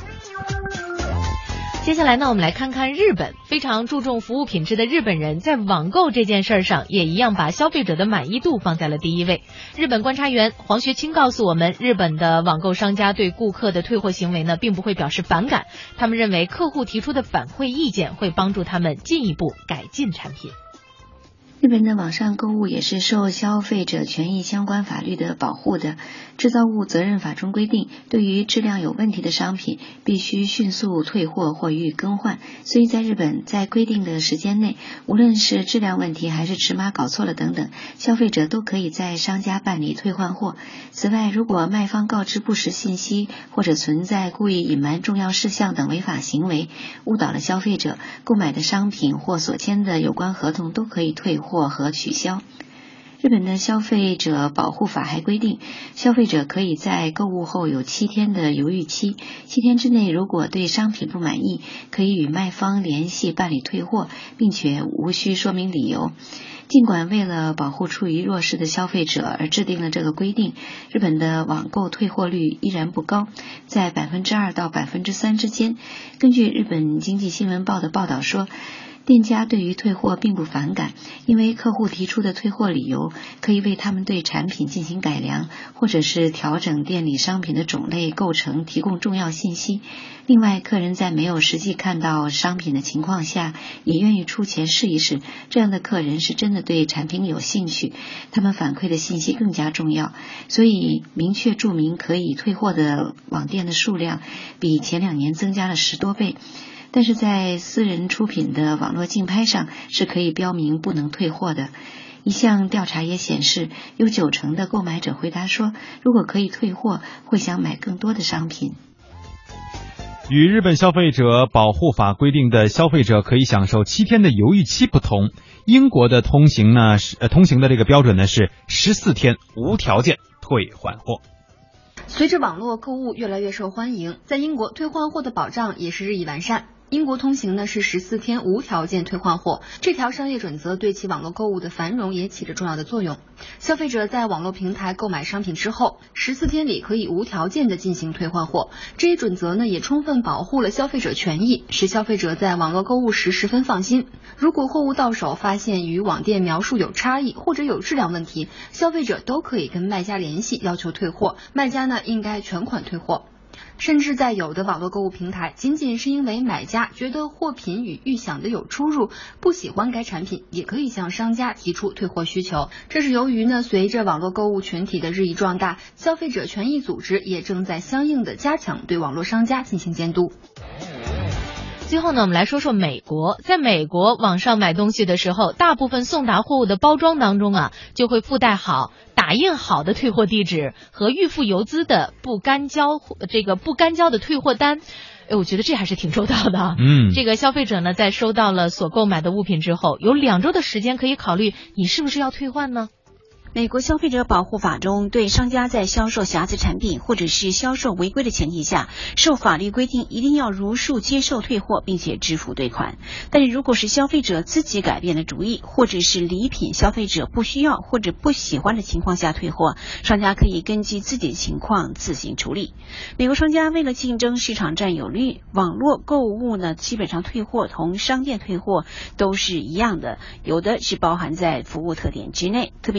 接下来呢，我们来看看日本。非常注重服务品质的日本人，在网购这件事上也一样把消费者的满意度放在了第一位。日本观察员黄学清告诉我们，日本的网购商家对顾客的退货行为呢，并不会表示反感，他们认为客户提出的反馈意见会帮助他们进一步改进产品。 日本的网上购物也是受消费者权益相关法律的保护的。制造物责任法中规定，对于质量有问题的商品必须迅速退货或予以更换。所以在日本，在规定的时间内，无论是质量问题还是尺码搞错了等等，消费者都可以在商家办理退换货。此外，如果卖方告知不实信息或者存在故意隐瞒重要事项等违法行为，误导了消费者，购买的商品或所签的有关合同都可以退货和取消。日本的消费者保护法还规定，消费者可以在购物后有七天的犹豫期，七天之内如果对商品不满意，可以与卖方联系办理退货，并且无需说明理由。尽管为了保护处于弱势的消费者而制定了这个规定，日本的网购退货率依然不高，在百分之二到百分之三之间。根据日本经济新闻报的报道说，店家对于退货并不反感，因为客户提出的退货理由可以为他们对产品进行改良，或者是调整店里商品的种类构成提供重要信息。另外，客人在没有实际看到商品的情况下，也愿意出钱试一试，这样的客人是真的对产品有兴趣，他们反馈的信息更加重要。所以明确注明可以退货的网店的数量比前两年增加了十多倍。但是在私人出品的网络竞拍上是可以标明不能退货的。一项调查也显示，有九成的购买者回答说，如果可以退货，会想买更多的商品。 与日本消费者保护法规定的消费者可以享受七天的犹豫期不同，英国的通行呢是呃通行的这个标准呢是十四天无条件退换货。 随着网络购物越来越受欢迎，在英国退换货的保障也是日益完善。英国通行呢是十四天无条件退换货，这条商业准则对其网络购物的繁荣也起着重要的作用。消费者在网络平台购买商品之后，十四天里可以无条件的进行退换货。这一准则呢也充分保护了消费者权益，使消费者在网络购物时十分放心。如果货物到手发现与网店描述有差异或者有质量问题，消费者都可以跟卖家联系要求退货，卖家呢应该全款退货。甚至在有的网络购物平台，仅仅是因为买家觉得货品与预想的有出入，不喜欢该产品，也可以向商家提出退货需求。这是由于呢，随着网络购物群体的日益壮大，消费者权益组织也正在相应的加强对网络商家进行监督。 最后呢，我们来说说美国。在美国，网上买东西的时候，大部分送达货物的包装当中啊，就会附带好打印好的退货地址和预付邮资的不干胶这个不干胶的退货单。哎，我觉得这还是挺周到的。 嗯， 这个消费者呢，在收到了所购买的物品之后，有两周的时间可以考虑你是不是要退换呢？ 美国消费者保护法中，对商家在销售瑕疵产品或者是销售违规的前提下，受法律规定一定要如数接受退货，并且支付对款。但是如果是消费者自己改变了主意，或者是礼品消费者不需要或者不喜欢的情况下退货，商家可以根据自己的情况自行处理。美国商家为了竞争市场占有率，网络购物呢，基本上退货同商店退货都是一样的，有的是包含在服务特点之内，特别是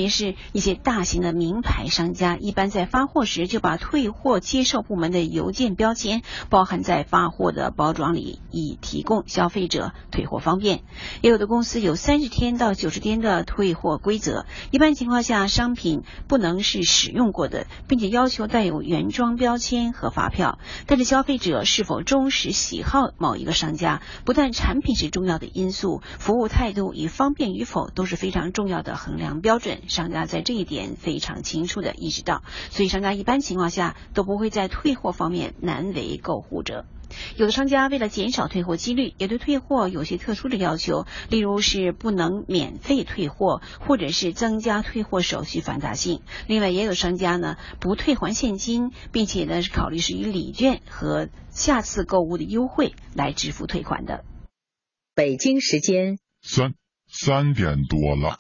一些大型的名牌商家一般在发货时就把退货接受部门的邮件标签包含在发货的包装里，以提供消费者退货方便。也有的公司有三十天到九十天的退货规则，一般情况下商品不能是使用过的，并且要求带有原装标签和发票。但是消费者是否忠实喜好某一个商家，不但产品是重要的因素，服务态度与方便与否都是非常重要的衡量标准。商家在这一点非常清楚地意识到，所以商家一般情况下都不会在退货方面难为购户者。有的商家为了减少退货几率，也对退货有些特殊的要求，例如是不能免费退货，或者是增加退货手续繁杂性。另外也有商家呢不退还现金，并且呢是考虑是以礼券和下次购物的优惠来支付退款的。 北京时间三三点多了。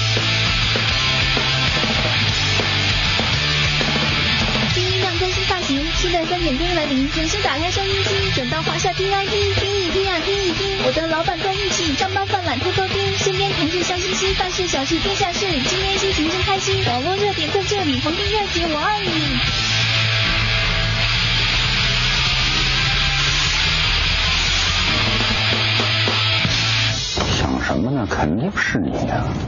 更新发行，期待三点钟来临。准时打开收音机，转到华夏 D I P， 听一听啊，听一听。我的老板在一起，上班犯懒偷偷听，身边同事笑嘻嘻，办事小事天下事。今天心情真开心，网络热点在这里，黄金热姐我爱你。 想什么呢？肯定是你呀、啊。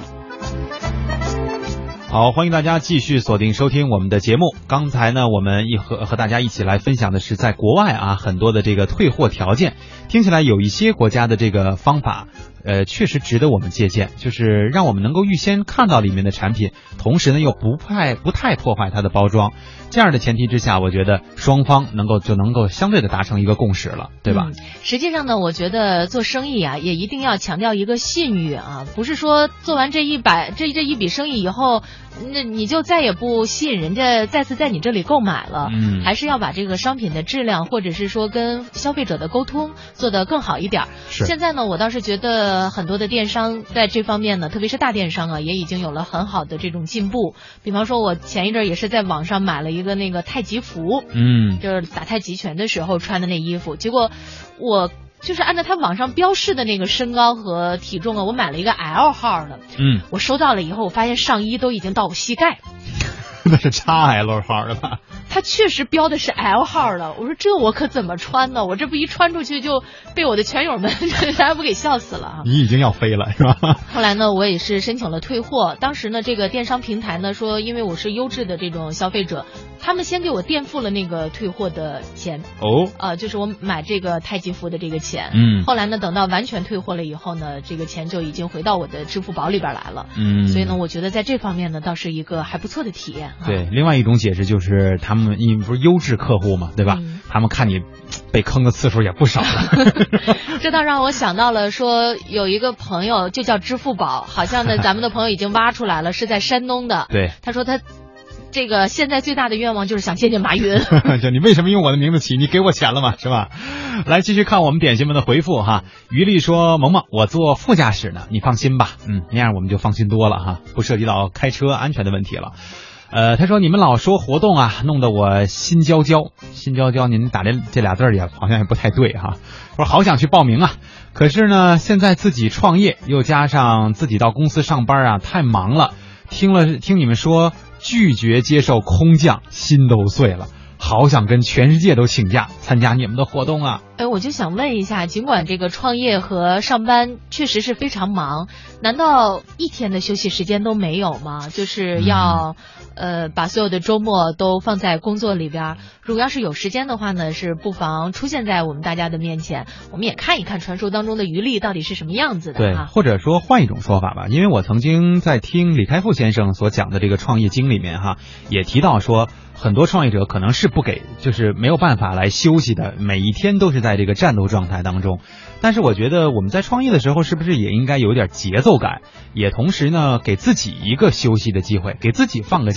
好，欢迎大家继续锁定收听我们的节目。刚才呢，我们一和和大家一起来分享的是在国外啊很多的这个退货条件，听起来有一些国家的这个方法呃，确实值得我们借鉴，就是让我们能够预先看到里面的产品，同时呢又不太不太破坏它的包装。这样的前提之下，我觉得双方能够就能够相对的达成一个共识了，对吧？ 嗯、实际上呢，我觉得做生意啊，也一定要强调一个信誉啊，不是说做完这一百这这一笔生意以后，那你就再也不吸引人家再次在你这里购买了。嗯，还是要把这个商品的质量，或者是说跟消费者的沟通做得更好一点。是。现在呢，我倒是觉得很多的电商在这方面呢，特别是大电商啊，也已经有了很好的这种进步。比方说，我前一阵也是在网上买了一个那个太极服，嗯，就是打太极拳的时候穿的那衣服，结果我就是按照他网上标示的那个身高和体重啊，我买了一个 L 号的，嗯，我收到了以后，我发现上衣都已经到我膝盖了。 那是 X L 号的吧？ 他确实标的是 L 号的，我说这我可怎么穿呢？我这不一穿出去就被我的拳友们大家不给笑死了啊！ 你已经要飞了是吧？ 后来呢，我也是申请了退货。当时呢，这个电商平台呢说，因为我是优质的这种消费者，他们先给我垫付了那个退货的钱哦，啊、呃，就是我买这个太极服的这个钱。嗯。后来呢，等到完全退货了以后呢，这个钱就已经回到我的支付宝里边来了。嗯。所以呢，我觉得在这方面呢，倒是一个还不错的体验。 对，另外一种解释就是他们你不是优质客户嘛，对吧？嗯、他们看你被坑的次数也不少了。 这倒让我想到了，说有一个朋友就叫支付宝，好像呢咱们的朋友已经挖出来了，是在山东的。对，他说他这个现在最大的愿望就是想见见马云。 就你为什么用我的名字起？你给我钱了吗？是吧？来继续看我们点心们的回复哈。于丽说：“萌萌，我做副驾驶呢，你放心吧。嗯，那样我们就放心多了哈，不涉及到开车安全的问题了。”呃，他说你们老说活动啊，弄得我心焦焦，心焦焦。您打这这俩字儿也好像也不太对哈。我说好想去报名啊，可是呢，现在自己创业，又加上自己到公司上班啊，太忙了。听了听你们说拒绝接受空降，心都碎了。好想跟全世界都请假参加你们的活动啊！ 哎，我就想问一下，尽管这个创业和上班确实是非常忙，难道一天的休息时间都没有吗？就是要、嗯、呃把所有的周末都放在工作里边。如果要是有时间的话呢，是不妨出现在我们大家的面前，我们也看一看传说当中的余力到底是什么样子的。 对，或者说换一种说法吧，因为我曾经在听李开复先生所讲的这个创业经里面哈，也提到说。很多创业者可能是不给，就是没有办法来休息的，每一天都是在这个战斗状态当中。但是我觉得我们在创业的时候，是不是也应该有点节奏感，也同时呢，给自己一个休息的机会，给自己放个假，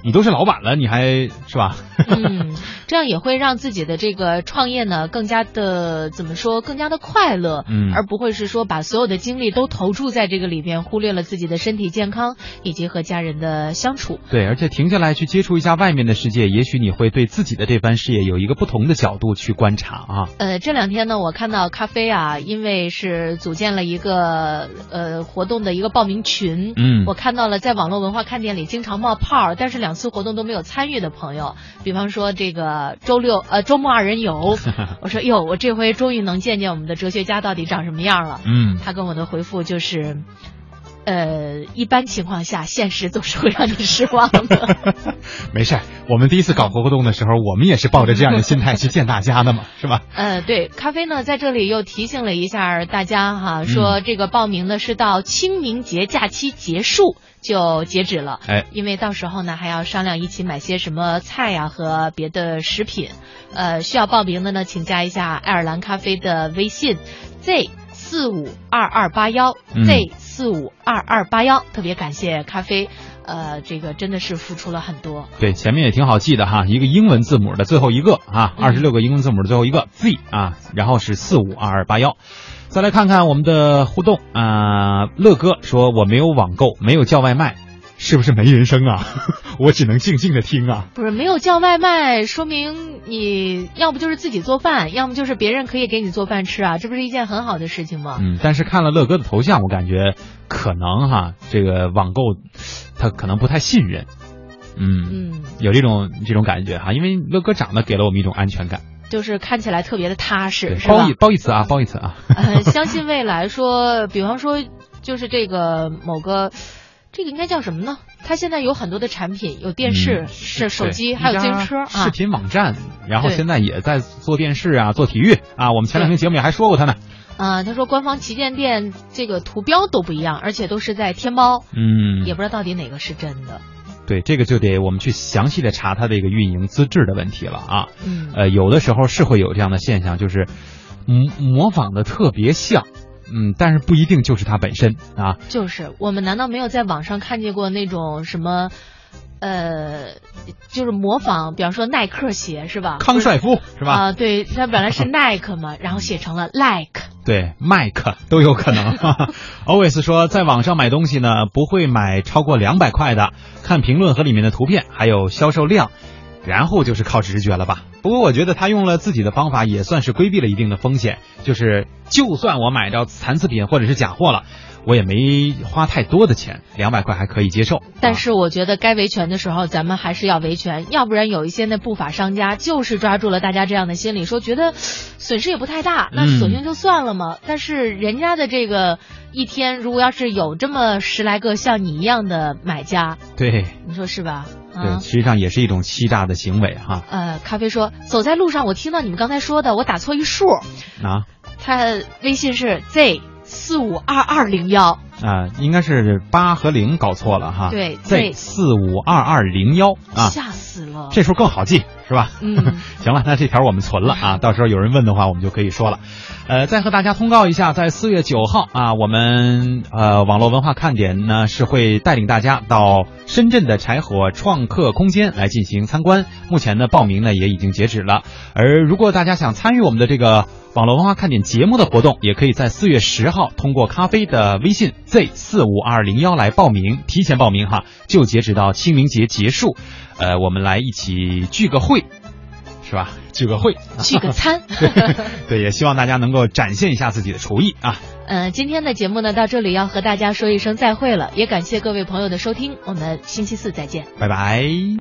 你都是老板了，你还是吧？ 嗯，这样也会让自己的这个创业呢更加的怎么说，更加的快乐， 嗯， 而不会是说把所有的精力都投注在这个里边，忽略了自己的身体健康以及和家人的相处。 对，而且停下来去接触一下外面的世界，也许你会对自己的这番事业有一个不同的角度去观察啊。 呃，这两天呢，我看到咖啡啊，因为是组建了一个呃活动的一个报名群， 嗯， 我看到了在网络文化看点里经常冒泡，但是两次活动都没有参与的朋友，比方说这个周六呃周末二人游，我说哟，我这回终于能见见我们的哲学家到底长什么样了。 嗯， 他跟我的回复就是，呃，一般情况下，现实总是会让你失望的。 没事，我们第一次搞活动的时候，我们也是抱着这样的心态去见大家的嘛，是吧？ 呃，对，咖啡呢在这里又提醒了一下大家哈，说这个报名呢是到清明节假期结束就截止了， 哎， 因为到时候呢还要商量一起买些什么菜呀、啊、和别的食品，呃，需要报名的呢，请加一下爱尔兰咖啡的微信 Z 四五二二八幺 Z 四五二二八幺，特别感谢咖啡。呃，这个真的是付出了很多。 对，前面也挺好记的哈，一个英文字母的最后一个啊，二十六个英文字母的最后一个 Z 啊，然后是四五二二八幺。再来看看我们的互动啊、呃，乐哥说我没有网购，没有叫外卖，是不是没人生啊？我只能静静的听啊。 不是，没有叫外卖，说明你要不就是自己做饭，要么就是别人可以给你做饭吃啊，这不是一件很好的事情吗？ 嗯，但是看了乐哥的头像，我感觉可能哈，这个网购他可能不太信任。嗯嗯，有这种这种感觉哈，因为乐哥长得给了我们一种安全感。 就是看起来特别的踏实，是吧？包一包一次啊，包一次啊。 呃，相信未来说，比方说，就是这个某个，这个应该叫什么呢？它现在有很多的产品，有电视、是、嗯、手机，还有自行车啊。 视频网站，然后现在也在做电视啊，做体育啊。我们前两天节目也还说过它呢。 啊、呃，他说官方旗舰店这个图标都不一样，而且都是在天猫， 嗯， 也不知道到底哪个是真的。 对，这个就得我们去详细的查它的一个运营资质的问题了啊。 嗯， 呃，有的时候是会有这样的现象，就是模模仿的特别像，嗯，但是不一定就是它本身啊。 就是我们难道没有在网上看见过那种什么？呃，就是模仿，比方说耐克鞋是吧？ 康帅夫是吧？ 啊、呃，对，它本来是 Nike 嘛，然后写成了 like。 对，麦克都有可能。Always 说，在网上买东西呢，不会买超过两百块的，看评论和里面的图片，还有销售量，然后就是靠直觉了吧。不过我觉得他用了自己的方法，也算是规避了一定的风险，就是就算我买到残次品或者是假货了，我也没花太多的钱，两百块还可以接受。 但是我觉得该维权的时候，咱们还是要维权，要不然有一些那不法商家就是抓住了大家这样的心理，说觉得损失也不太大，那索性就算了嘛。嗯、但是人家的这个一天，如果要是有这么十来个像你一样的买家， 对， 你说是吧？ 对，实际上也是一种欺诈的行为哈。 呃，咖啡说，走在路上，我听到你们刚才说的，我打错一数啊。 他微信是 Z 四五二二零幺啊，应该是八和零搞错了哈。 对 ，Z 四五二二零幺啊， 吓死了， 这数更好记是吧？ 嗯， 行了，那这条我们存了啊，到时候有人问的话，我们就可以说了。呃，再和大家通告一下，在四月九号啊，我们呃网络文化看点呢是会带领大家到深圳的柴火创客空间来进行参观。目前呢报名呢也已经截止了，而如果大家想参与我们的这个网络文化看点节目的活动，也可以在四月十号通过咖啡的微信 Z 四五二零幺来报名，提前报名哈，就截止到清明节结束。呃，我们来一起聚个会。是吧？聚个会， 聚个餐， 对, 对，也希望大家能够展现一下自己的厨艺啊。 呃，今天的节目呢，到这里要和大家说一声再会了，也感谢各位朋友的收听，我们星期四再见， 拜拜。